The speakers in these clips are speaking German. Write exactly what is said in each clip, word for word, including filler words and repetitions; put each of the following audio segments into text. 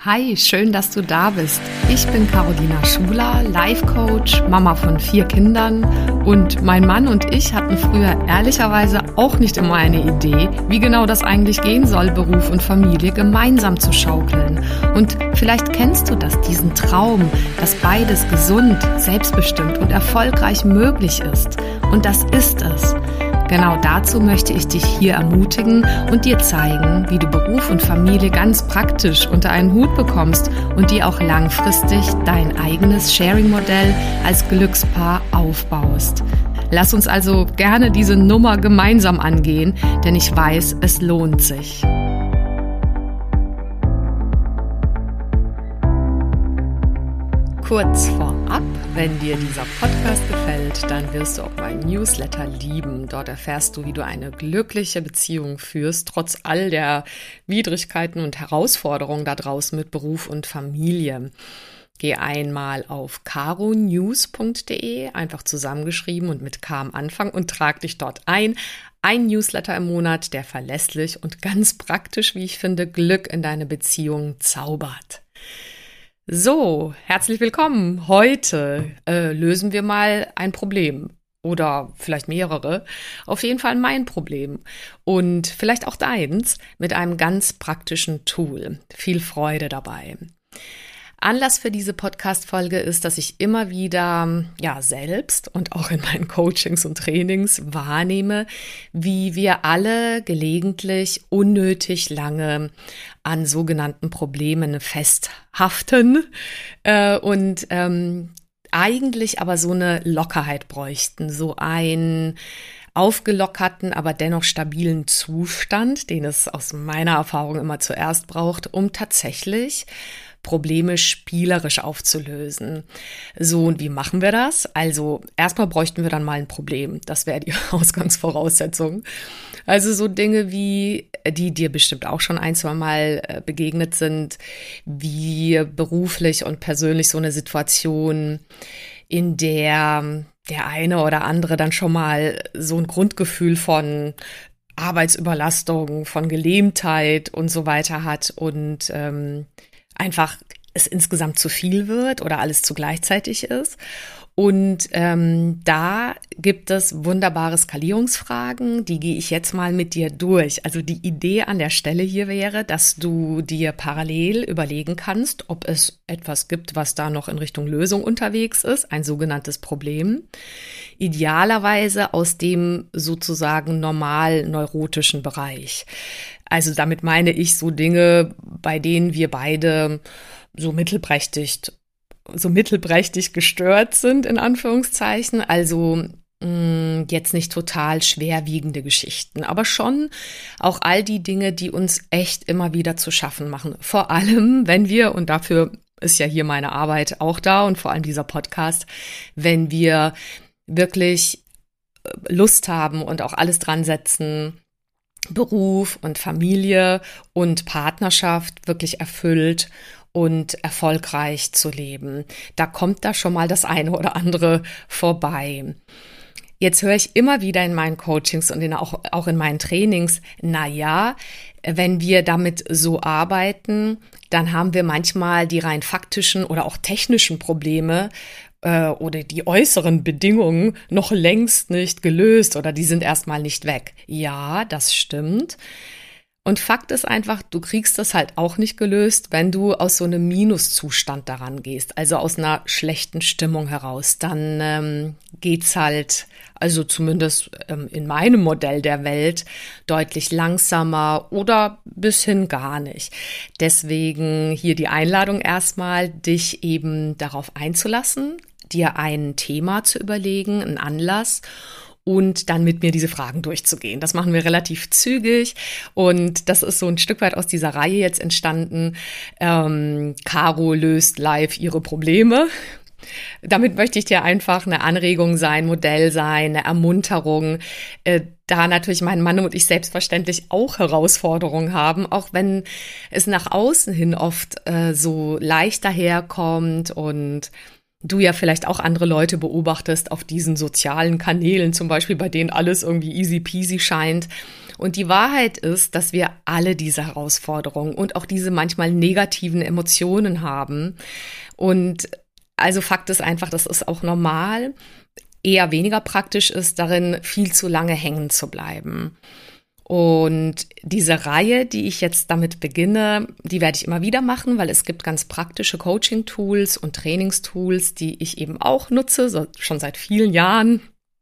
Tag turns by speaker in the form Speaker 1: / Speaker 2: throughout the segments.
Speaker 1: Hi, schön, dass du da bist. Ich bin Carolina Schuler, Life Coach, Mama von vier Kindern und mein Mann und ich hatten früher ehrlicherweise auch nicht immer eine Idee, wie genau das eigentlich gehen soll, Beruf und Familie gemeinsam zu schaukeln. Und vielleicht kennst du das, diesen Traum, dass beides gesund, selbstbestimmt und erfolgreich möglich ist. Und das ist es. Genau dazu möchte ich dich hier ermutigen und dir zeigen, wie du Beruf und Familie ganz praktisch unter einen Hut bekommst und dir auch langfristig dein eigenes Sharing-Modell als Glückspaar aufbaust. Lass uns also gerne diese Nummer gemeinsam angehen, denn ich weiß, es lohnt sich. Kurz vorab, wenn dir dieser Podcast gefällt, dann wirst du auch meinen Newsletter lieben. Dort erfährst du, wie du eine glückliche Beziehung führst, trotz all der Widrigkeiten und Herausforderungen da draußen mit Beruf und Familie. Geh einmal auf caronews punkt de, einfach zusammengeschrieben und mit K am Anfang und trag dich dort ein. Ein Newsletter im Monat, der verlässlich und ganz praktisch, wie ich finde, Glück in deine Beziehung zaubert. So, herzlich willkommen. Heute äh, lösen wir mal ein Problem oder vielleicht mehrere. Auf jeden Fall mein Problem und vielleicht auch deins mit einem ganz praktischen Tool. Viel Freude dabei. Anlass für diese Podcast-Folge ist, dass ich immer wieder, ja, selbst und auch in meinen Coachings und Trainings wahrnehme, wie wir alle gelegentlich unnötig lange an sogenannten Problemen festhaften äh, und ähm, eigentlich aber so eine Lockerheit bräuchten, so ein aufgelockerten, aber dennoch stabilen Zustand, den es aus meiner Erfahrung immer zuerst braucht, um tatsächlich Probleme spielerisch aufzulösen. So, und wie machen wir das? Also erstmal bräuchten wir dann mal ein Problem. Das wäre die Ausgangsvoraussetzung. Also so Dinge wie, die dir bestimmt auch schon ein, zwei Mal begegnet sind, wie beruflich und persönlich so eine Situation, in der der eine oder andere dann schon mal so ein Grundgefühl von Arbeitsüberlastung, von Gelähmtheit und so weiter hat und ähm, einfach es insgesamt zu viel wird oder alles zu gleichzeitig ist. Und ähm, da gibt es wunderbare Skalierungsfragen, die gehe ich jetzt mal mit dir durch. Also die Idee an der Stelle hier wäre, dass du dir parallel überlegen kannst, ob es etwas gibt, was da noch in Richtung Lösung unterwegs ist, ein sogenanntes Problem. Idealerweise aus dem sozusagen normal neurotischen Bereich. Also damit meine ich so Dinge, bei denen wir beide so mittelprächtig so mittelprächtig gestört sind, in Anführungszeichen. Also mh, jetzt nicht total schwerwiegende Geschichten, aber schon auch all die Dinge, die uns echt immer wieder zu schaffen machen. Vor allem, wenn wir, und dafür ist ja hier meine Arbeit auch da und vor allem dieser Podcast, wenn wir wirklich Lust haben und auch alles dran setzen, Beruf und Familie und Partnerschaft wirklich erfüllt und erfolgreich zu leben. Da kommt da schon mal das eine oder andere vorbei. Jetzt höre ich immer wieder in meinen Coachings und in auch, auch in meinen Trainings, na ja, wenn wir damit so arbeiten, dann haben wir manchmal die rein faktischen oder auch technischen Probleme äh, oder die äußeren Bedingungen noch längst nicht gelöst oder die sind erstmal nicht weg. Ja, das stimmt. Und Fakt ist einfach, du kriegst das halt auch nicht gelöst, wenn du aus so einem Minuszustand daran gehst, also aus einer schlechten Stimmung heraus. Dann ähm, geht's halt, also zumindest ähm, in meinem Modell der Welt, deutlich langsamer oder bis hin gar nicht. Deswegen hier die Einladung erstmal, dich eben darauf einzulassen, dir ein Thema zu überlegen, einen Anlass und dann mit mir diese Fragen durchzugehen. Das machen wir relativ zügig und das ist so ein Stück weit aus dieser Reihe jetzt entstanden. Ähm, Caro löst live ihre Probleme. Damit möchte ich dir einfach eine Anregung sein, Modell sein, eine Ermunterung, äh, da natürlich mein Mann und ich selbstverständlich auch Herausforderungen haben, auch wenn es nach außen hin oft äh, so leicht daherkommt und du ja vielleicht auch andere Leute beobachtest auf diesen sozialen Kanälen, zum Beispiel, bei denen alles irgendwie easy peasy scheint. Und die Wahrheit ist, dass wir alle diese Herausforderungen und auch diese manchmal negativen Emotionen haben. Und also Fakt ist einfach, das ist auch normal, eher weniger praktisch ist, darin viel zu lange hängen zu bleiben. Und diese Reihe, die ich jetzt damit beginne, die werde ich immer wieder machen, weil es gibt ganz praktische Coaching-Tools und Trainingstools, die ich eben auch nutze, so schon seit vielen Jahren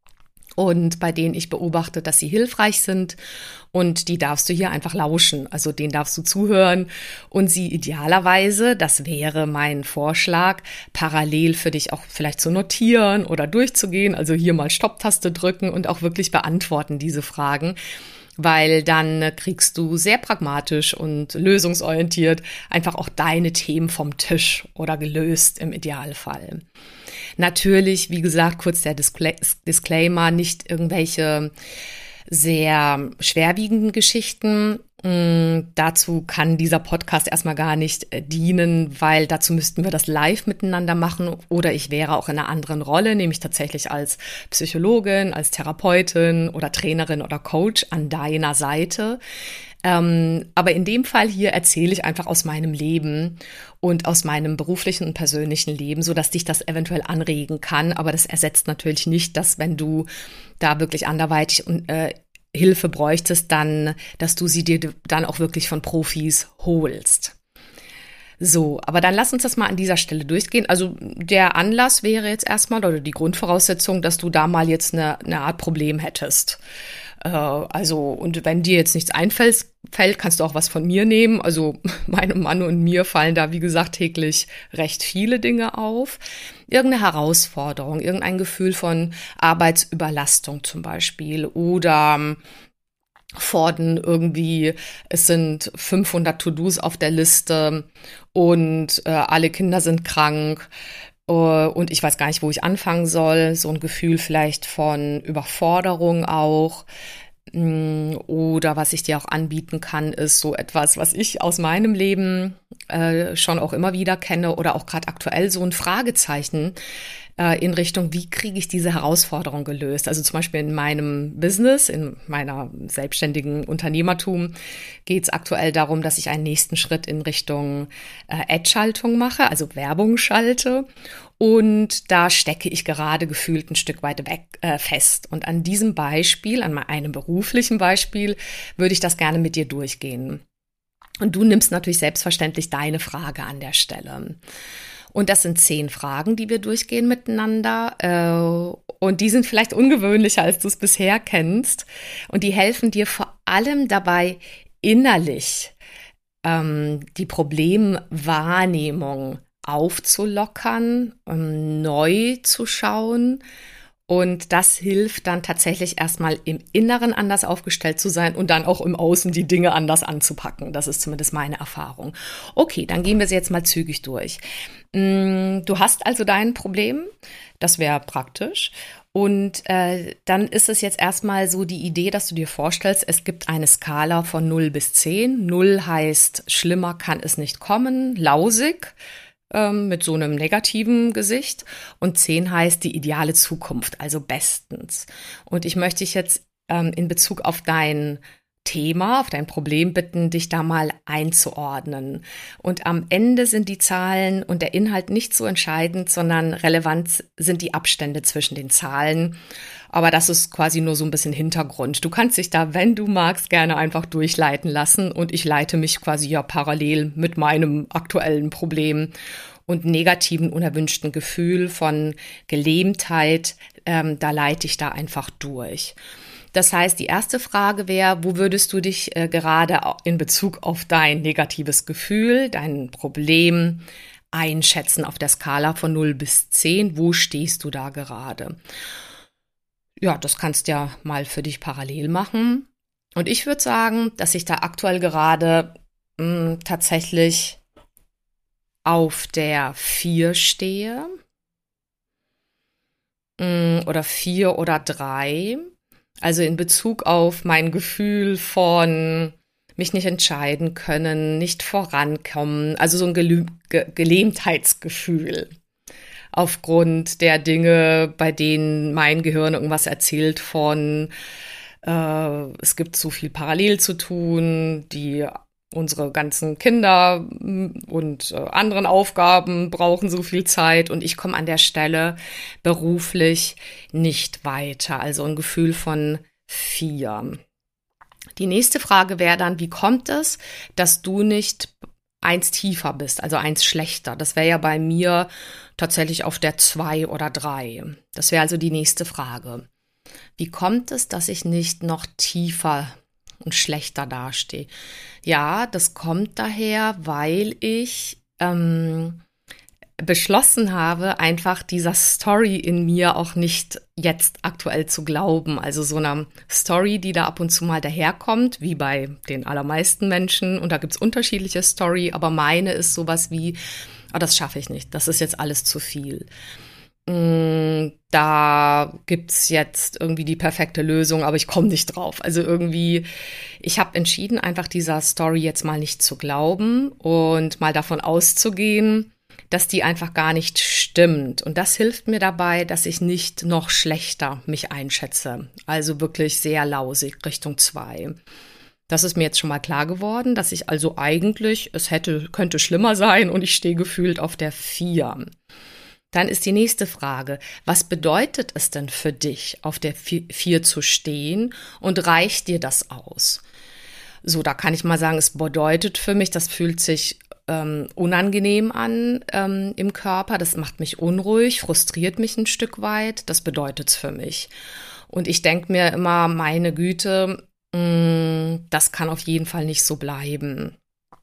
Speaker 1: und bei denen ich beobachte, dass sie hilfreich sind, und die darfst du hier einfach lauschen, also denen darfst du zuhören und sie idealerweise, das wäre mein Vorschlag, parallel für dich auch vielleicht zu notieren oder durchzugehen, also hier mal Stopptaste drücken und auch wirklich beantworten diese Fragen. Weil dann kriegst du sehr pragmatisch und lösungsorientiert einfach auch deine Themen vom Tisch oder gelöst im Idealfall. Natürlich, wie gesagt, kurz der Disclaimer, nicht irgendwelche sehr schwerwiegenden Geschichten. Mm, dazu kann dieser Podcast erstmal gar nicht äh, dienen, weil dazu müssten wir das live miteinander machen oder ich wäre auch in einer anderen Rolle, nämlich tatsächlich als Psychologin, als Therapeutin oder Trainerin oder Coach an deiner Seite. Ähm, aber in dem Fall hier erzähle ich einfach aus meinem Leben und aus meinem beruflichen und persönlichen Leben, so dass dich das eventuell anregen kann. Aber das ersetzt natürlich nicht, dass wenn du da wirklich anderweitig äh, Hilfe bräuchtest, dann, dass du sie dir dann auch wirklich von Profis holst. So, aber dann lass uns das mal an dieser Stelle durchgehen. Also der Anlass wäre jetzt erstmal, oder die Grundvoraussetzung, dass du da mal jetzt eine, eine Art Problem hättest. Äh, also, und wenn dir jetzt nichts einfällt, fällt, kannst du auch was von mir nehmen. Also meinem Mann und mir fallen da, wie gesagt, täglich recht viele Dinge auf. Irgendeine Herausforderung, irgendein Gefühl von Arbeitsüberlastung zum Beispiel oder Forden irgendwie, es sind fünfhundert To-Dos auf der Liste und äh, alle Kinder sind krank äh, und ich weiß gar nicht, wo ich anfangen soll. So ein Gefühl vielleicht von Überforderung auch. Oder was ich dir auch anbieten kann, ist so etwas, was ich aus meinem Leben äh, schon auch immer wieder kenne oder auch gerade aktuell so ein Fragezeichen äh, in Richtung, wie kriege ich diese Herausforderung gelöst? Also zum Beispiel in meinem Business, in meiner selbstständigen Unternehmertum geht es aktuell darum, dass ich einen nächsten Schritt in Richtung äh, Ad-Schaltung mache, also Werbung schalte. Und da stecke ich gerade gefühlt ein Stück weit weg äh, fest. Und an diesem Beispiel, an einem beruflichen Beispiel, würde ich das gerne mit dir durchgehen. Und du nimmst natürlich selbstverständlich deine Frage an der Stelle. Und das sind zehn Fragen, die wir durchgehen miteinander. Äh, und die sind vielleicht ungewöhnlicher, als du es bisher kennst. Und die helfen dir vor allem dabei, innerlich ähm, die Problemwahrnehmung aufzulockern, um neu zu schauen. Und das hilft dann tatsächlich erstmal im Inneren anders aufgestellt zu sein und dann auch im Außen die Dinge anders anzupacken. Das ist zumindest meine Erfahrung. Okay, dann gehen wir sie jetzt mal zügig durch. Du hast also dein Problem, das wäre praktisch. Und äh, dann ist es jetzt erstmal so die Idee, dass du dir vorstellst, es gibt eine Skala von null bis zehn. null heißt, schlimmer kann es nicht kommen, lausig, mit so einem negativen Gesicht, und zehn heißt die ideale Zukunft, also bestens. Und ich möchte dich jetzt ähm, in Bezug auf dein Thema, auf dein Problem bitten, dich da mal einzuordnen. Und am Ende sind die Zahlen und der Inhalt nicht so entscheidend, sondern relevant sind die Abstände zwischen den Zahlen. Aber das ist quasi nur so ein bisschen Hintergrund. Du kannst dich da, wenn du magst, gerne einfach durchleiten lassen. Und ich leite mich quasi ja parallel mit meinem aktuellen Problem und negativen, unerwünschten Gefühl von Gelähmtheit, ähm, da leite ich da einfach durch. Das heißt, die erste Frage wäre, wo würdest du dich äh, gerade in Bezug auf dein negatives Gefühl, dein Problem einschätzen auf der Skala von null bis zehn? Wo stehst du da gerade? Ja, das kannst du ja mal für dich parallel machen. Und ich würde sagen, dass ich da aktuell gerade mh, tatsächlich auf der vier stehe. Mh, oder vier oder drei. Also in Bezug auf mein Gefühl von mich nicht entscheiden können, nicht vorankommen. Also so ein Gelü- Ge- Gelähmtheitsgefühl. aufgrund der Dinge, bei denen mein Gehirn irgendwas erzählt von, äh, es gibt zu viel parallel zu tun, die unsere ganzen Kinder und äh, anderen Aufgaben brauchen so viel Zeit und ich komme an der Stelle beruflich nicht weiter. Also ein Gefühl von vier. Die nächste Frage wäre dann, wie kommt es, dass du nicht eins tiefer bist, also eins schlechter? Das wäre ja bei mir tatsächlich auf der zwei oder drei. Das wäre also die nächste Frage. Wie kommt es, dass ich nicht noch tiefer und schlechter dastehe? Ja, das kommt daher, weil ich ähm, beschlossen habe, einfach dieser Story in mir auch nicht jetzt aktuell zu glauben. Also so einer Story, die da ab und zu mal daherkommt, wie bei den allermeisten Menschen. Und da gibt's unterschiedliche Story, aber meine ist sowas wie, oh, das schaffe ich nicht, das ist jetzt alles zu viel. Da gibt's jetzt irgendwie die perfekte Lösung, aber ich komme nicht drauf. Also irgendwie, ich habe entschieden, einfach dieser Story jetzt mal nicht zu glauben und mal davon auszugehen, dass die einfach gar nicht stimmt. Und das hilft mir dabei, dass ich nicht noch schlechter mich einschätze. Also wirklich sehr lausig Richtung zwei. Das ist mir jetzt schon mal klar geworden, dass ich also eigentlich, es hätte, könnte schlimmer sein und ich stehe gefühlt auf der vier. Dann ist die nächste Frage, was bedeutet es denn für dich, auf der vier zu stehen und reicht dir das aus? So, da kann ich mal sagen, es bedeutet für mich, das fühlt sich ähm, unangenehm an ähm, im Körper, das macht mich unruhig, frustriert mich ein Stück weit, das bedeutet es für mich. Und ich denke mir immer, meine Güte, mh, das kann auf jeden Fall nicht so bleiben.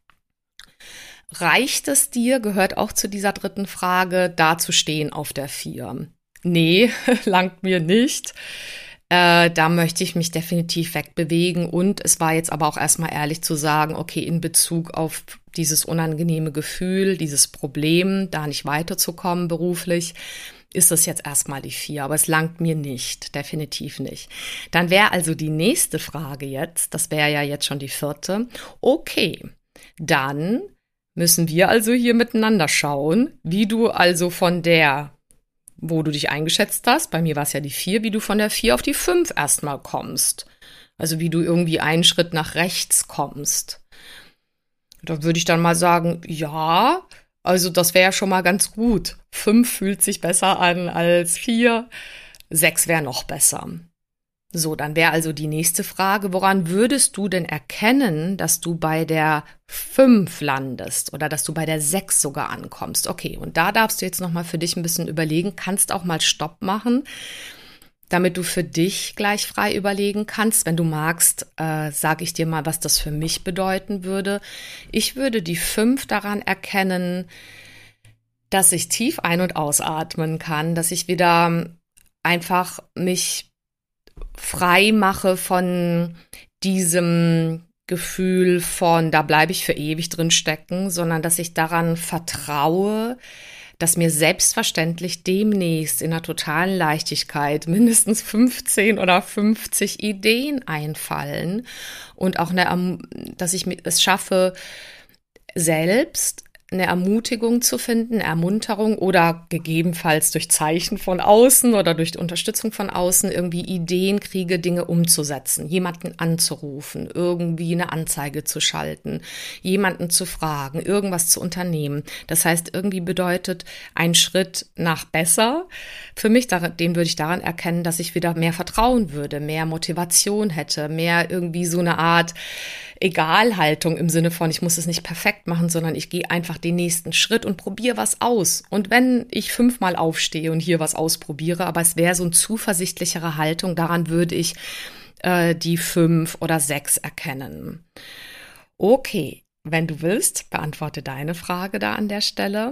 Speaker 1: Reicht es dir, gehört auch zu dieser dritten Frage, da zu stehen auf der vier? Nee, langt mir nicht. Äh, da möchte ich mich definitiv wegbewegen. Und es war jetzt aber auch erstmal ehrlich zu sagen, okay, in Bezug auf dieses unangenehme Gefühl, dieses Problem, da nicht weiterzukommen beruflich, ist es jetzt erstmal die vier. Aber es langt mir nicht, definitiv nicht. Dann wäre also die nächste Frage jetzt, das wäre ja jetzt schon die vierte, okay, dann müssen wir also hier miteinander schauen, wie du also von der, wo du dich eingeschätzt hast, bei mir war es ja die vier, wie du von der vier auf die fünf erstmal kommst. Also wie du irgendwie einen Schritt nach rechts kommst. Da würde ich dann mal sagen, ja, also das wäre ja schon mal ganz gut. fünf fühlt sich besser an als vier, sechs wäre noch besser. So, dann wäre also die nächste Frage, woran würdest du denn erkennen, dass du bei der fünf landest oder dass du bei der sechs sogar ankommst? Okay, und da darfst du jetzt nochmal für dich ein bisschen überlegen, kannst auch mal Stopp machen, damit du für dich gleich frei überlegen kannst. Wenn du magst, äh, sage ich dir mal, was das für mich bedeuten würde. Ich würde die fünf daran erkennen, dass ich tief ein- und ausatmen kann, dass ich wieder einfach mich frei mache von diesem Gefühl von, da bleibe ich für ewig drin stecken, sondern dass ich daran vertraue, dass mir selbstverständlich demnächst in einer totalen Leichtigkeit mindestens fünfzehn oder fünfzig Ideen einfallen und auch eine, dass ich es schaffe, selbst eine Ermutigung zu finden, Ermunterung oder gegebenenfalls durch Zeichen von außen oder durch Unterstützung von außen irgendwie Ideen kriege, Dinge umzusetzen, jemanden anzurufen, irgendwie eine Anzeige zu schalten, jemanden zu fragen, irgendwas zu unternehmen. Das heißt, irgendwie bedeutet ein Schritt nach besser. Für mich, den würde ich daran erkennen, dass ich wieder mehr vertrauen würde, mehr Motivation hätte, mehr irgendwie so eine Art Egalhaltung im Sinne von, ich muss es nicht perfekt machen, sondern ich gehe einfach den nächsten Schritt und probiere was aus. Und wenn ich fünfmal aufstehe und hier was ausprobiere, aber es wäre so eine zuversichtlichere Haltung, daran würde ich äh, die fünf oder sechs erkennen. Okay, wenn du willst, beantworte deine Frage da an der Stelle.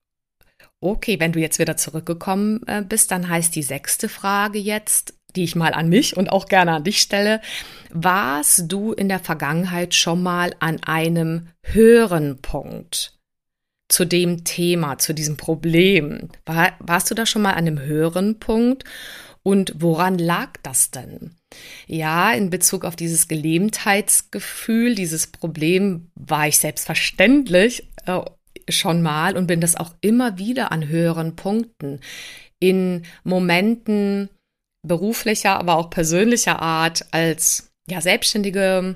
Speaker 1: Okay, wenn du jetzt wieder zurückgekommen äh, bist, dann heißt die sechste Frage jetzt, die ich mal an mich und auch gerne an dich stelle. Warst du in der Vergangenheit schon mal an einem höheren Punkt zu dem Thema, zu diesem Problem? War, warst du da schon mal an einem höheren Punkt? Und woran lag das denn? Ja, in Bezug auf dieses Gelähmtheitsgefühl, dieses Problem, war ich selbstverständlich äh, schon mal und bin das auch immer wieder an höheren Punkten, in Momenten beruflicher, aber auch persönlicher Art, als ja Selbstständige,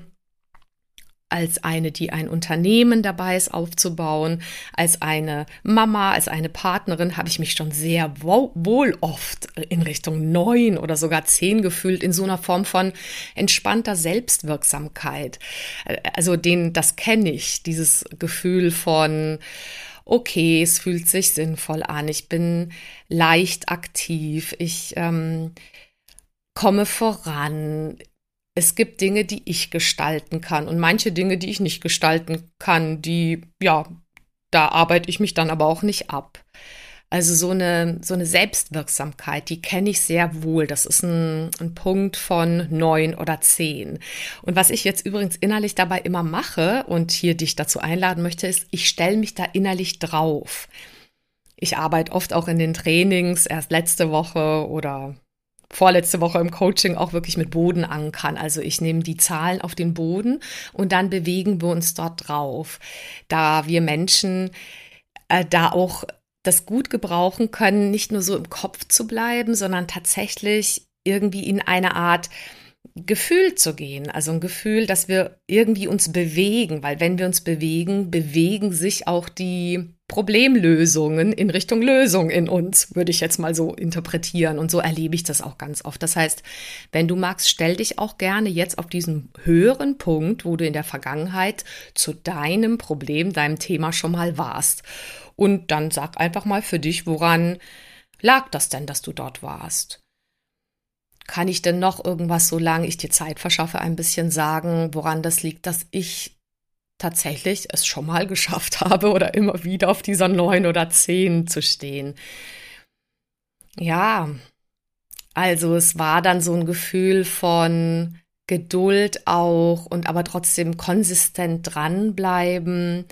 Speaker 1: als eine, die ein Unternehmen dabei ist aufzubauen, als eine Mama, als eine Partnerin, habe ich mich schon sehr wo- wohl oft in Richtung neun oder sogar zehn gefühlt, in so einer Form von entspannter Selbstwirksamkeit. Also den, das kenne ich, dieses Gefühl von, okay, es fühlt sich sinnvoll an, ich bin leicht aktiv, ich ähm, komme voran. Es gibt Dinge, die ich gestalten kann und manche Dinge, die ich nicht gestalten kann, die, ja, da arbeite ich mich dann aber auch nicht ab. Also so eine, so eine Selbstwirksamkeit, die kenne ich sehr wohl. Das ist ein, ein Punkt von neun oder zehn. Und was ich jetzt übrigens innerlich dabei immer mache und hier dich dazu einladen möchte, ist, ich stelle mich da innerlich drauf. Ich arbeite oft auch in den Trainings, erst letzte Woche oder vorletzte Woche im Coaching auch wirklich mit Bodenankern. Also ich nehme die Zahlen auf den Boden und dann bewegen wir uns dort drauf. Da wir Menschen äh, da auch das gut gebrauchen können, nicht nur so im Kopf zu bleiben, sondern tatsächlich irgendwie in eine Art Gefühl zu gehen. Also ein Gefühl, dass wir irgendwie uns bewegen, weil wenn wir uns bewegen, bewegen sich auch die Problemlösungen in Richtung Lösung in uns, würde ich jetzt mal so interpretieren. Und so erlebe ich das auch ganz oft. Das heißt, wenn du magst, stell dich auch gerne jetzt auf diesen höheren Punkt, wo du in der Vergangenheit zu deinem Problem, deinem Thema schon mal warst. Und dann sag einfach mal für dich, woran lag das denn, dass du dort warst? Kann ich denn noch irgendwas, solange ich dir Zeit verschaffe, ein bisschen sagen, woran das liegt, dass ich tatsächlich es schon mal geschafft habe oder immer wieder auf dieser neun oder zehn zu stehen? Ja, also es war dann so ein Gefühl von Geduld auch und aber trotzdem konsistent dranbleiben.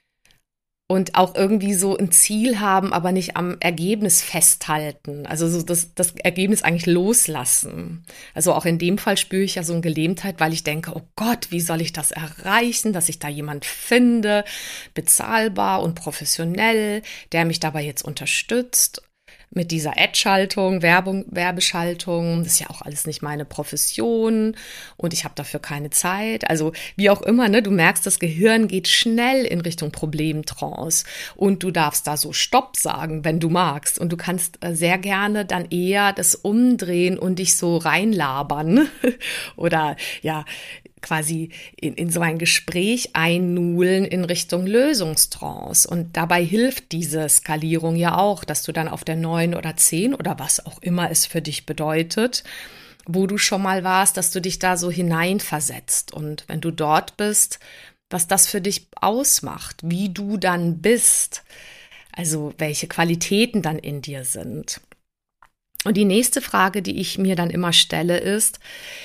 Speaker 1: Und auch irgendwie so ein Ziel haben, aber nicht am Ergebnis festhalten. Also so das, das Ergebnis eigentlich loslassen. Also auch in dem Fall spüre ich ja so eine Gelähmtheit, weil ich denke, oh Gott, wie soll ich das erreichen, dass ich da jemand finde, bezahlbar und professionell, der mich dabei jetzt unterstützt. Mit dieser Ad-Schaltung, Werbung, Werbeschaltung, das ist ja auch alles nicht meine Profession und ich habe dafür keine Zeit. Also wie auch immer, ne, du merkst, das Gehirn geht schnell in Richtung Problemtrance und du darfst da so Stopp sagen, wenn du magst. Und du kannst sehr gerne dann eher das umdrehen und dich so reinlabern oder ja, quasi in, in so ein Gespräch einnuhlen in Richtung Lösungstrance. Und dabei hilft diese Skalierung ja auch, dass du dann auf der neun oder zehn oder was auch immer es für dich bedeutet, wo du schon mal warst, dass du dich da so hineinversetzt. Und wenn du dort bist, was das für dich ausmacht, wie du dann bist, also welche Qualitäten dann in dir sind. Und die nächste Frage, die ich mir dann immer stelle, ist,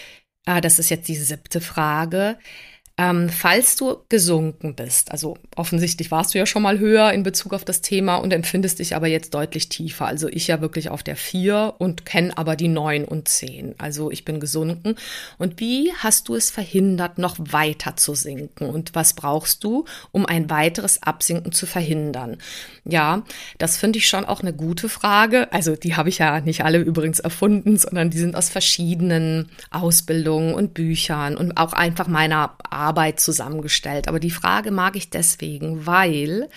Speaker 1: das ist jetzt die siebte Frage. Ähm, falls du gesunken bist, also offensichtlich warst du ja schon mal höher in Bezug auf das Thema und empfindest dich aber jetzt deutlich tiefer. Also ich ja wirklich auf der vier und kenne aber die neun und zehn. Also ich bin gesunken. Und wie hast du es verhindert, noch weiter zu sinken? Und was brauchst du, um ein weiteres Absinken zu verhindern? Ja, das finde ich schon auch eine gute Frage. Also die habe ich ja nicht alle übrigens erfunden, sondern die sind aus verschiedenen Ausbildungen und Büchern und auch einfach meiner Arbeit Arbeit zusammengestellt. Aber die Frage mag ich deswegen, weil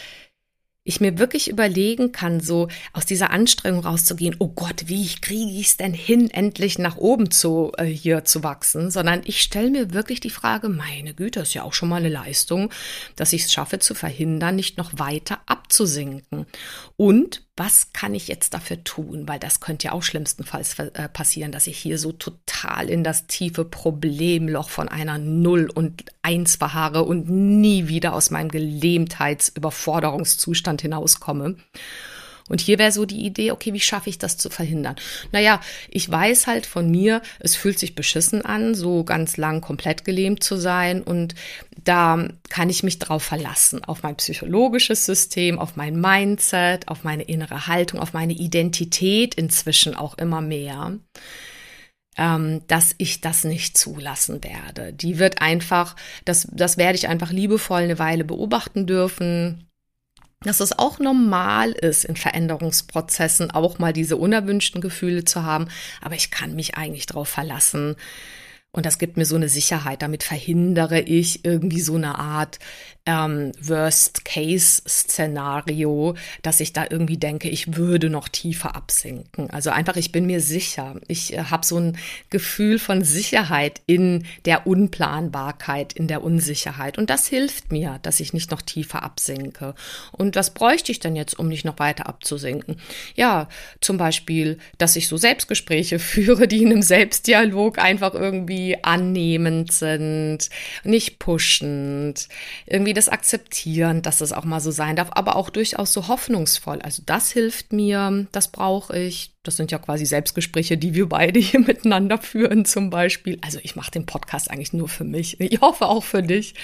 Speaker 1: ich mir wirklich überlegen kann, so aus dieser Anstrengung rauszugehen, oh Gott, wie kriege ich es denn hin, endlich nach oben zu äh, hier zu wachsen, sondern ich stelle mir wirklich die Frage, meine Güte, das ist ja auch schon mal eine Leistung, dass ich es schaffe zu verhindern, nicht noch weiter abzusinken. Und was kann ich jetzt dafür tun? Weil das könnte ja auch schlimmstenfalls äh, passieren, dass ich hier so total in das tiefe Problemloch von einer Null und Eins verharre und nie wieder aus meinem Gelähmtheits-Überforderungszustand hinauskomme. Und hier wäre so die Idee, okay, wie schaffe ich das zu verhindern? Naja, ich weiß halt von mir, es fühlt sich beschissen an, so ganz lang komplett gelähmt zu sein. Und da kann ich mich drauf verlassen, auf mein psychologisches System, auf mein Mindset, auf meine innere Haltung, auf meine Identität inzwischen auch immer mehr, ähm, dass ich das nicht zulassen werde. Die wird einfach, das, das werde ich einfach liebevoll eine Weile beobachten dürfen. dass es auch normal ist, in Veränderungsprozessen auch mal diese unerwünschten Gefühle zu haben, aber ich kann mich eigentlich darauf verlassen. Und das gibt mir so eine Sicherheit. Damit verhindere ich irgendwie so eine Art ähm, Worst-Case-Szenario, dass ich da irgendwie denke, ich würde noch tiefer absinken. Also einfach, ich bin mir sicher. Ich äh, habe so ein Gefühl von Sicherheit in der Unplanbarkeit, in der Unsicherheit. Und das hilft mir, dass ich nicht noch tiefer absinke. Und was bräuchte ich denn jetzt, um nicht noch weiter abzusinken? Ja, zum Beispiel, dass ich so Selbstgespräche führe, die in einem Selbstdialog einfach irgendwie annehmend sind, nicht pushend, irgendwie das akzeptieren, dass es auch mal so sein darf, aber auch durchaus so hoffnungsvoll. Also das hilft mir, das brauche ich. Das sind ja quasi Selbstgespräche, die wir beide hier miteinander führen zum Beispiel. Also ich mache den Podcast eigentlich nur für mich. Ich hoffe auch für dich.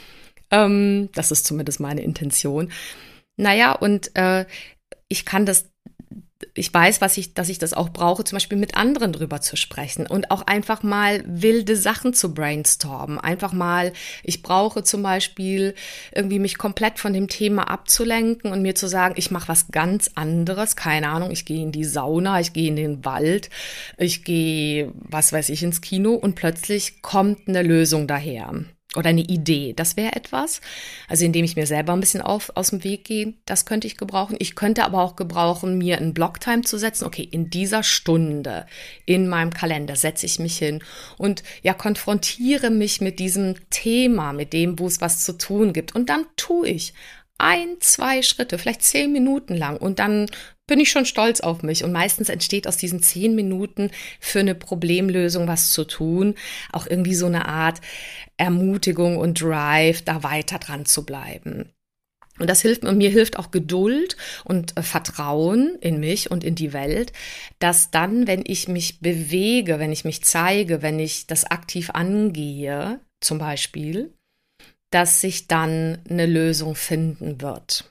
Speaker 1: Ähm, das ist zumindest meine Intention. Naja, und äh, ich kann das Ich weiß, was ich, dass ich das auch brauche, zum Beispiel mit anderen drüber zu sprechen und auch einfach mal wilde Sachen zu brainstormen. Einfach mal, ich brauche zum Beispiel irgendwie mich komplett von dem Thema abzulenken und mir zu sagen, ich mache was ganz anderes. Keine Ahnung, ich gehe in die Sauna, ich gehe in den Wald, ich gehe, was weiß ich, ins Kino und plötzlich kommt eine Lösung daher. Oder eine Idee, das wäre etwas, also indem ich mir selber ein bisschen auf, aus dem Weg gehe, das könnte ich gebrauchen. Ich könnte aber auch gebrauchen, mir einen Blocktime zu setzen. Okay, in dieser Stunde in meinem Kalender setze ich mich hin und ja, konfrontiere mich mit diesem Thema, mit dem, wo es was zu tun gibt. Und dann tue ich ein, zwei Schritte, vielleicht zehn Minuten lang und dann bin ich schon stolz auf mich. Und meistens entsteht aus diesen zehn Minuten für eine Problemlösung was zu tun, auch irgendwie so eine Art Ermutigung und Drive, da weiter dran zu bleiben. Und das hilft mir, und mir hilft auch Geduld und äh, Vertrauen in mich und in die Welt, dass dann, wenn ich mich bewege, wenn ich mich zeige, wenn ich das aktiv angehe, zum Beispiel, dass sich dann eine Lösung finden wird.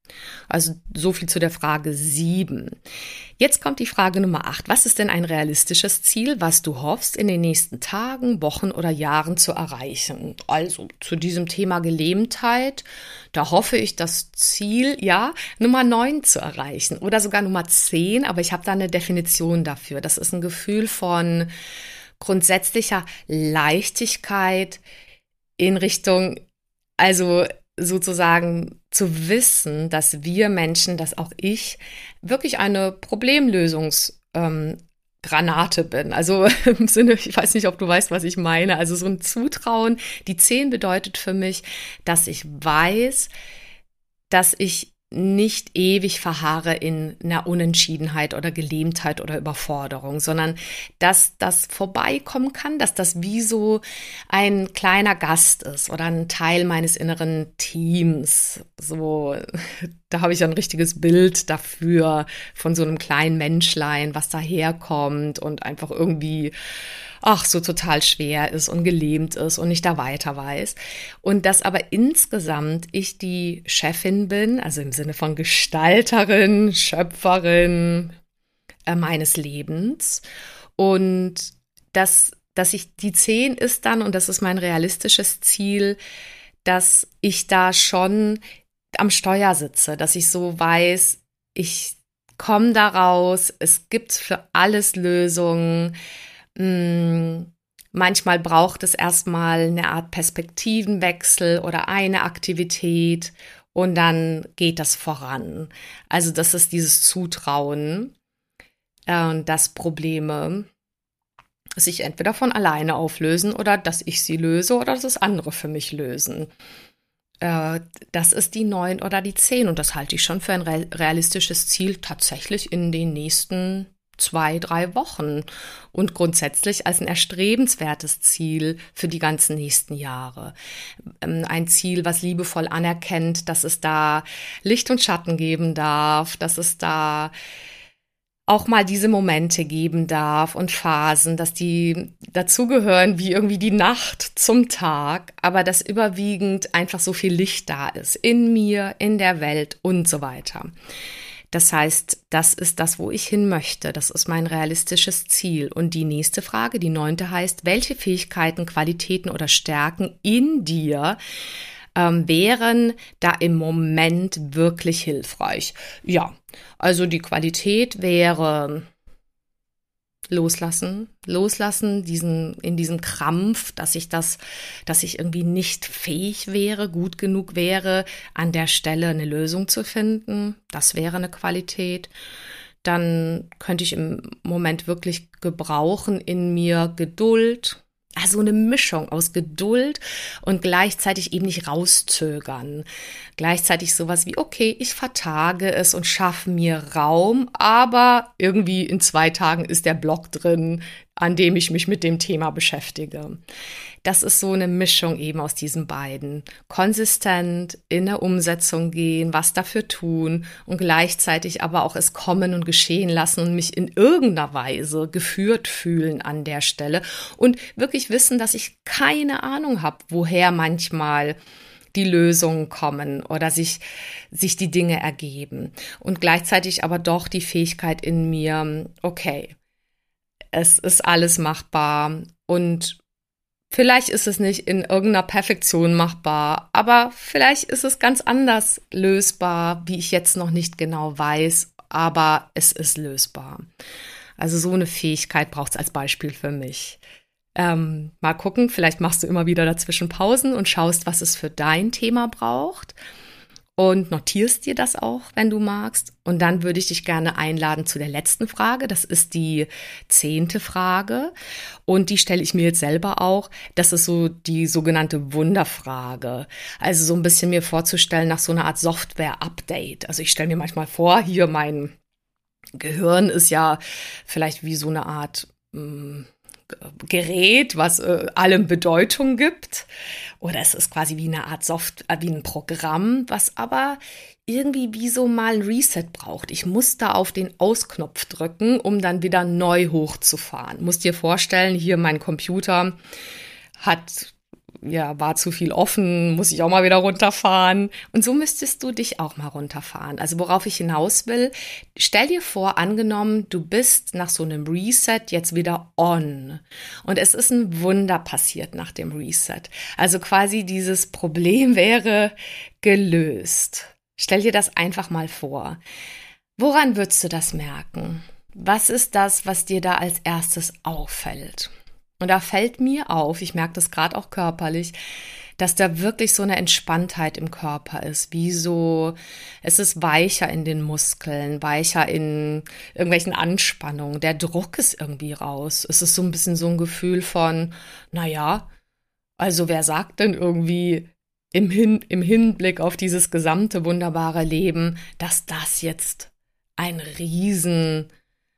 Speaker 1: Also so viel zu der Frage sieben. Jetzt kommt die Frage Nummer acht. Was ist denn ein realistisches Ziel, was du hoffst, in den nächsten Tagen, Wochen oder Jahren zu erreichen? Also zu diesem Thema Gelähmtheit, da hoffe ich, das Ziel, ja, Nummer neun zu erreichen oder sogar Nummer zehn, aber ich habe da eine Definition dafür. Das ist ein Gefühl von grundsätzlicher Leichtigkeit in Richtung, also sozusagen zu wissen, dass wir Menschen, dass auch ich wirklich eine Problemlösungsgranate ähm, bin. Also im Sinne, ich weiß nicht, ob du weißt, was ich meine. Also so ein Zutrauen. Die zehn bedeutet für mich, dass ich weiß, dass ich nicht ewig verharre in einer Unentschiedenheit oder Gelähmtheit oder Überforderung, sondern dass das vorbeikommen kann, dass das wie so ein kleiner Gast ist oder ein Teil meines inneren Teams. So, da habe ich ein richtiges Bild dafür von so einem kleinen Menschlein, was daherkommt und einfach irgendwie ach, so total schwer ist und gelähmt ist und nicht da weiter weiß. Und dass aber insgesamt ich die Chefin bin, also im Sinne von Gestalterin, Schöpferin äh, meines Lebens. Und dass, dass ich, die zehn ist dann, und das ist mein realistisches Ziel, dass ich da schon am Steuer sitze, dass ich so weiß, ich komme da raus, es gibt für alles Lösungen. Manchmal braucht es erstmal eine Art Perspektivenwechsel oder eine Aktivität und dann geht das voran. Also das ist dieses Zutrauen, äh, dass Probleme sich entweder von alleine auflösen oder dass ich sie löse oder dass es andere für mich lösen. Äh, das ist die neun oder die zehn und das halte ich schon für ein realistisches Ziel tatsächlich in den nächsten zwei, drei Wochen und grundsätzlich als ein erstrebenswertes Ziel für die ganzen nächsten Jahre. Ein Ziel, was liebevoll anerkennt, dass es da Licht und Schatten geben darf, dass es da auch mal diese Momente geben darf und Phasen, dass die dazugehören wie irgendwie die Nacht zum Tag, aber dass überwiegend einfach so viel Licht da ist in mir, in der Welt und so weiter. Das heißt, das ist das, wo ich hin möchte. Das ist mein realistisches Ziel. Und die nächste Frage, die neunte heißt, welche Fähigkeiten, Qualitäten oder Stärken in dir ähm, wären da im Moment wirklich hilfreich? Ja, also die Qualität wäre loslassen, loslassen, diesen, in diesem Krampf, dass ich das, dass ich irgendwie nicht fähig wäre, gut genug wäre, an der Stelle eine Lösung zu finden. Das wäre eine Qualität. Dann könnte ich im Moment wirklich gebrauchen in mir Geduld. Also eine Mischung aus Geduld und gleichzeitig eben nicht rauszögern. Gleichzeitig sowas wie, okay, ich vertage es und schaffe mir Raum, aber irgendwie in zwei Tagen ist der Block drin, an dem ich mich mit dem Thema beschäftige. Das ist so eine Mischung eben aus diesen beiden. Konsistent in der Umsetzung gehen, was dafür tun und gleichzeitig aber auch es kommen und geschehen lassen und mich in irgendeiner Weise geführt fühlen an der Stelle und wirklich wissen, dass ich keine Ahnung habe, woher manchmal die Lösungen kommen oder sich, sich die Dinge ergeben. Und gleichzeitig aber doch die Fähigkeit in mir, okay, es ist alles machbar und vielleicht ist es nicht in irgendeiner Perfektion machbar, aber vielleicht ist es ganz anders lösbar, wie ich jetzt noch nicht genau weiß, aber es ist lösbar. Also so eine Fähigkeit braucht es als Beispiel für mich. Ähm, mal gucken, vielleicht machst du immer wieder dazwischen Pausen und schaust, was es für dein Thema braucht. Und notierst dir das auch, wenn du magst. Und dann würde ich dich gerne einladen zu der letzten Frage. Das ist die zehnte Frage. Und die stelle ich mir jetzt selber auch. Das ist so die sogenannte Wunderfrage. Also so ein bisschen mir vorzustellen nach so einer Art Software-Update. Also ich stelle mir manchmal vor, hier mein Gehirn ist ja vielleicht wie so eine Art mh, Gerät, was äh, allem Bedeutung gibt. Oder es ist quasi wie eine Art Software, wie ein Programm, was aber irgendwie wie so mal ein Reset braucht. Ich muss da auf den Ausknopf drücken, um dann wieder neu hochzufahren. Musst dir vorstellen, hier mein Computer hat ja, war zu viel offen, muss ich auch mal wieder runterfahren. Und so müsstest du dich auch mal runterfahren. Also worauf ich hinaus will, stell dir vor, angenommen, du bist nach so einem Reset jetzt wieder on. Und es ist ein Wunder passiert nach dem Reset. Also quasi dieses Problem wäre gelöst. Stell dir das einfach mal vor. Woran würdest du das merken? Was ist das, was dir da als erstes auffällt? Und da fällt mir auf, ich merke das gerade auch körperlich, dass da wirklich so eine Entspanntheit im Körper ist, wie so, es ist weicher in den Muskeln, weicher in irgendwelchen Anspannungen, der Druck ist irgendwie raus. Es ist so ein bisschen so ein Gefühl von, naja, also wer sagt denn irgendwie im, Hin, im Hinblick auf dieses gesamte wunderbare Leben, dass das jetzt ein Riesenproblem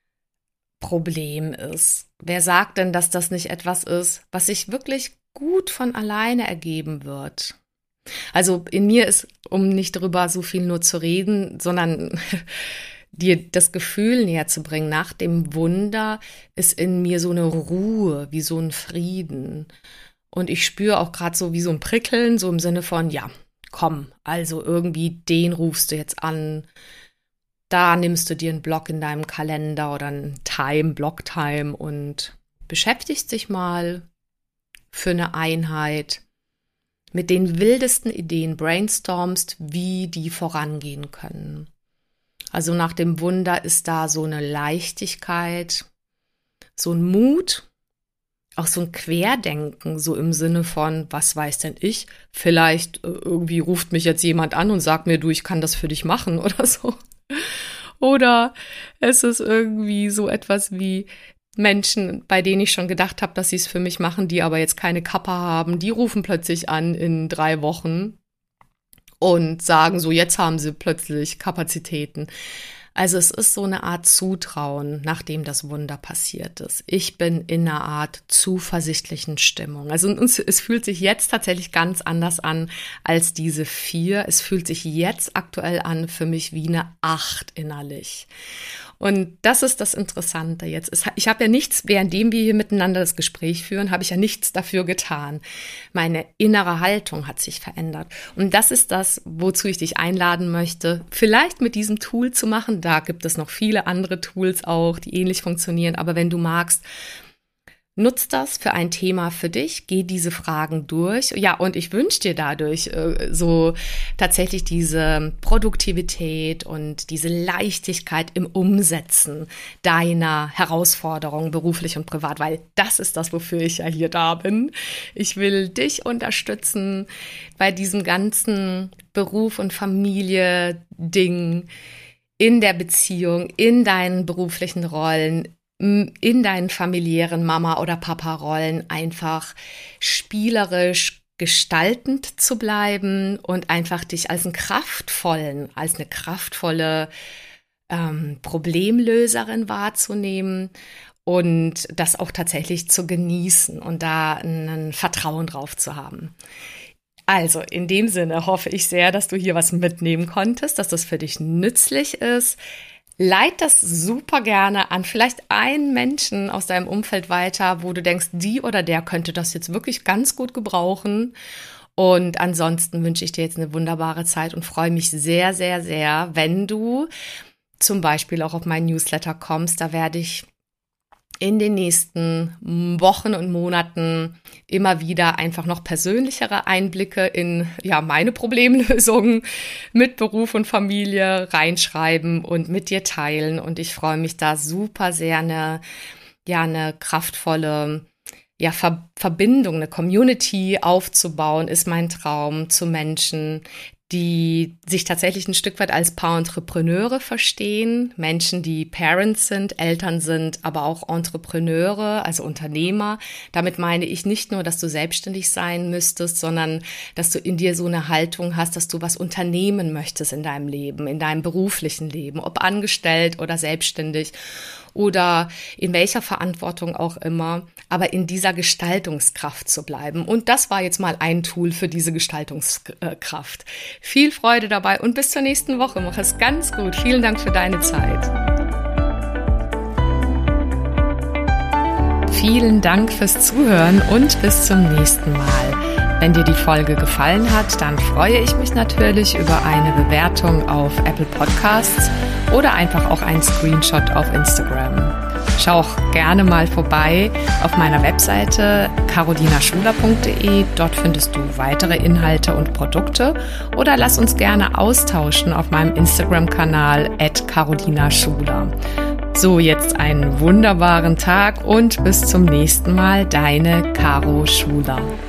Speaker 1: ist? Wer sagt denn, dass das nicht etwas ist, was sich wirklich gut von alleine ergeben wird? Also in mir ist, um nicht darüber so viel nur zu reden, sondern dir das Gefühl näher zu bringen, nach dem Wunder ist in mir so eine Ruhe, wie so ein Frieden. Und ich spüre auch gerade so wie so ein Prickeln, so im Sinne von, ja, komm, also irgendwie den rufst du jetzt an. Da nimmst du dir einen Block in deinem Kalender oder einen Time, Block-Time und beschäftigst dich mal für eine Einheit mit den wildesten Ideen, brainstormst, wie die vorangehen können. Also nach dem Wunder ist da so eine Leichtigkeit, so ein Mut, auch so ein Querdenken, so im Sinne von, was weiß denn ich? Vielleicht äh, irgendwie ruft mich jetzt jemand an und sagt mir, du, ich kann das für dich machen oder so. Oder es ist irgendwie so etwas wie Menschen, bei denen ich schon gedacht habe, dass sie es für mich machen, die aber jetzt keine Kappa haben, die rufen plötzlich an in drei Wochen und sagen so, jetzt haben sie plötzlich Kapazitäten. Also es ist so eine Art Zutrauen, nachdem das Wunder passiert ist. Ich bin in einer Art zuversichtlichen Stimmung. Also es fühlt sich jetzt tatsächlich ganz anders an als diese vier. Es fühlt sich jetzt aktuell an für mich wie eine Acht innerlich. Und das ist das Interessante jetzt. Ich habe ja nichts, währenddem wir hier miteinander das Gespräch führen, habe ich ja nichts dafür getan. Meine innere Haltung hat sich verändert. Und das ist das, wozu ich dich einladen möchte, vielleicht mit diesem Tool zu machen. Da gibt es noch viele andere Tools auch, die ähnlich funktionieren. Aber wenn du magst, Nutz das für ein Thema für dich, geh diese Fragen durch. Ja, und ich wünsche dir dadurch äh, so tatsächlich diese Produktivität und diese Leichtigkeit im Umsetzen deiner Herausforderungen beruflich und privat, weil das ist das, wofür ich ja hier da bin. Ich will dich unterstützen bei diesem ganzen Beruf und Familie-Ding, in der Beziehung, in deinen beruflichen Rollen, in deinen familiären Mama- oder Papa-Rollen einfach spielerisch gestaltend zu bleiben und einfach dich als einen kraftvollen, als eine kraftvolle ähm, Problemlöserin wahrzunehmen und das auch tatsächlich zu genießen und da ein Vertrauen drauf zu haben. Also in dem Sinne hoffe ich sehr, dass du hier was mitnehmen konntest, dass das für dich nützlich ist. Leit das super gerne an vielleicht einen Menschen aus deinem Umfeld weiter, wo du denkst, die oder der könnte das jetzt wirklich ganz gut gebrauchen. Und ansonsten wünsche ich dir jetzt eine wunderbare Zeit und freue mich sehr, sehr, sehr, wenn du zum Beispiel auch auf meinen Newsletter kommst. Da werde ich in den nächsten Wochen und Monaten immer wieder einfach noch persönlichere Einblicke in ja meine Problemlösungen mit Beruf und Familie reinschreiben und mit dir teilen. Und ich freue mich da super sehr, eine, ja, eine kraftvolle ja, Ver- Verbindung, eine Community aufzubauen, ist mein Traum zu Menschen, die sich tatsächlich ein Stück weit als Paar-Entrepreneure verstehen, Menschen, die Parents sind, Eltern sind, aber auch Entrepreneure, also Unternehmer. Damit meine ich nicht nur, dass du selbstständig sein müsstest, sondern dass du in dir so eine Haltung hast, dass du was unternehmen möchtest in deinem Leben, in deinem beruflichen Leben, ob angestellt oder selbstständig oder in welcher Verantwortung auch immer, aber in dieser Gestaltungskraft zu bleiben. Und das war jetzt mal ein Tool für diese Gestaltungskraft. Viel Freude dabei und bis zur nächsten Woche. Mach es ganz gut. Vielen Dank für deine Zeit. Vielen Dank fürs Zuhören und bis zum nächsten Mal. Wenn dir die Folge gefallen hat, dann freue ich mich natürlich über eine Bewertung auf Apple Podcasts oder einfach auch einen Screenshot auf Instagram. Schau auch gerne mal vorbei auf meiner Webseite carolina schuler punkt de. Dort findest du weitere Inhalte und Produkte oder lass uns gerne austauschen auf meinem Instagram-Kanal at carolina schuler. So, jetzt einen wunderbaren Tag und bis zum nächsten Mal, deine Caro Schuler.